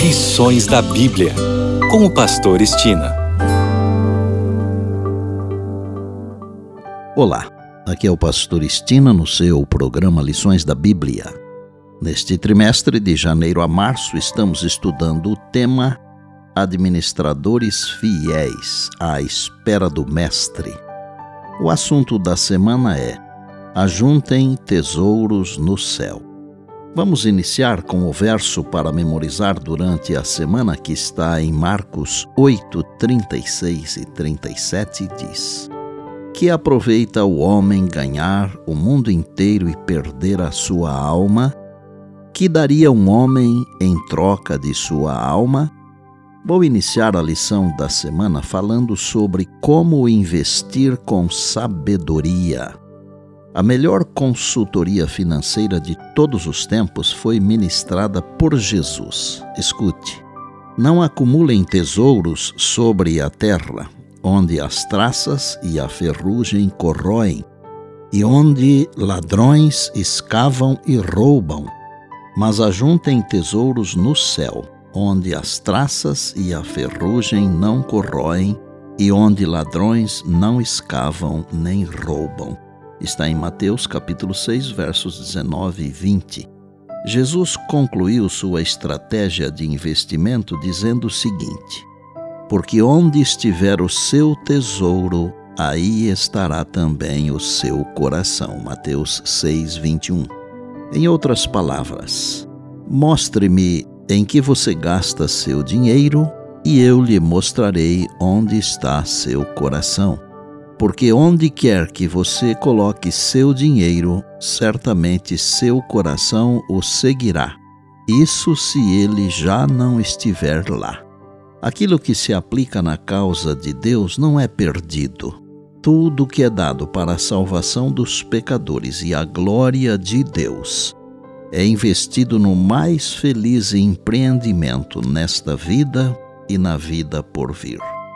Lições da Bíblia, com o pastor Estina. Olá, aqui é o pastor Estina no seu programa Lições da Bíblia. Neste trimestre, de janeiro a março, estamos estudando o tema Administradores Fiéis à Espera do Mestre. O assunto da semana é Ajuntem tesouros no céu. Vamos iniciar com o verso para memorizar durante a semana, que está em Marcos 8, 36 e 37, diz: Que aproveita o homem ganhar o mundo inteiro e perder a sua alma? Que daria um homem em troca de sua alma? Vou iniciar a lição da semana falando sobre como investir com sabedoria. A melhor consultoria financeira de todos os tempos foi ministrada por Jesus. Escute: não acumulem tesouros sobre a terra, onde as traças e a ferrugem corroem, e onde ladrões escavam e roubam, mas ajuntem tesouros no céu, onde as traças e a ferrugem não corroem, e onde ladrões não escavam nem roubam. Está em Mateus capítulo 6, versos 19 e 20. Jesus concluiu sua estratégia de investimento dizendo o seguinte: porque onde estiver o seu tesouro, aí estará também o seu coração. Mateus 6, 21. Em outras palavras, mostre-me em que você gasta seu dinheiro e eu lhe mostrarei onde está seu coração. Porque onde quer que você coloque seu dinheiro, certamente seu coração o seguirá. Isso se ele já não estiver lá. Aquilo que se aplica na causa de Deus não é perdido. Tudo que é dado para a salvação dos pecadores e a glória de Deus é investido no mais feliz empreendimento nesta vida e na vida por vir.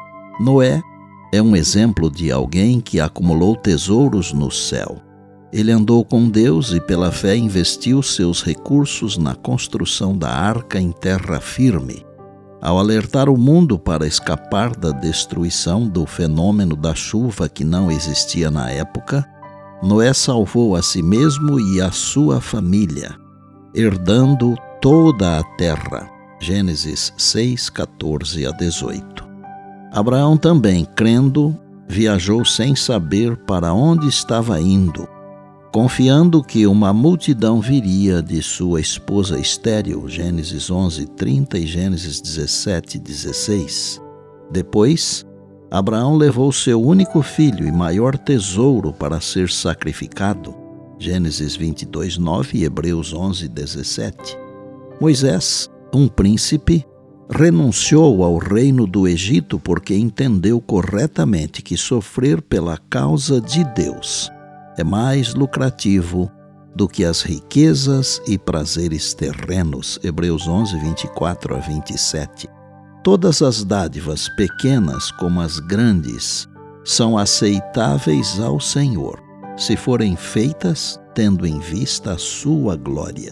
Noé é um exemplo de alguém que acumulou tesouros no céu. Ele andou com Deus e pela fé investiu seus recursos na construção da arca em terra firme. Ao alertar o mundo para escapar da destruição do fenômeno da chuva que não existia na época, Noé salvou a si mesmo e a sua família, herdando toda a terra. Gênesis 6, 14 a 18. Abraão também, crendo, viajou sem saber para onde estava indo, confiando que uma multidão viria de sua esposa estéril, Gênesis 11, 30 e Gênesis 17, 16. Depois, Abraão levou seu único filho e maior tesouro para ser sacrificado, Gênesis 22, 9 e Hebreus 11, 17. Moisés, um príncipe, renunciou ao reino do Egito porque entendeu corretamente que sofrer pela causa de Deus é mais lucrativo do que as riquezas e prazeres terrenos. Hebreus 11, 24 a 27. Todas as dádivas, pequenas como as grandes, são aceitáveis ao Senhor, se forem feitas tendo em vista a sua glória.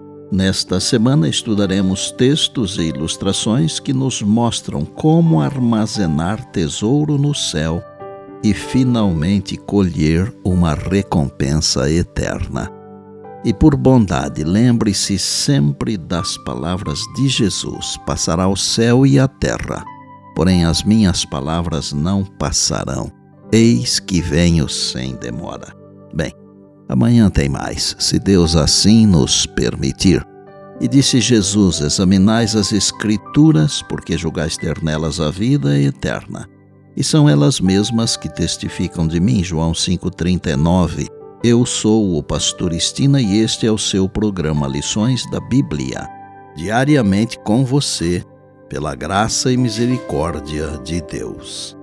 Nesta semana estudaremos textos e ilustrações que nos mostram como armazenar tesouro no céu e finalmente colher uma recompensa eterna. E por bondade, lembre-se sempre das palavras de Jesus: passará o céu e a terra, porém as minhas palavras não passarão. Eis que venho sem demora. Bem, amanhã tem mais, se Deus assim nos permitir. E disse Jesus: examinais as Escrituras, porque julgais ter nelas a vida eterna. E são elas mesmas que testificam de mim. João 5,39. Eu sou o pastor Estina e este é o seu programa Lições da Bíblia. Diariamente com você, pela graça e misericórdia de Deus.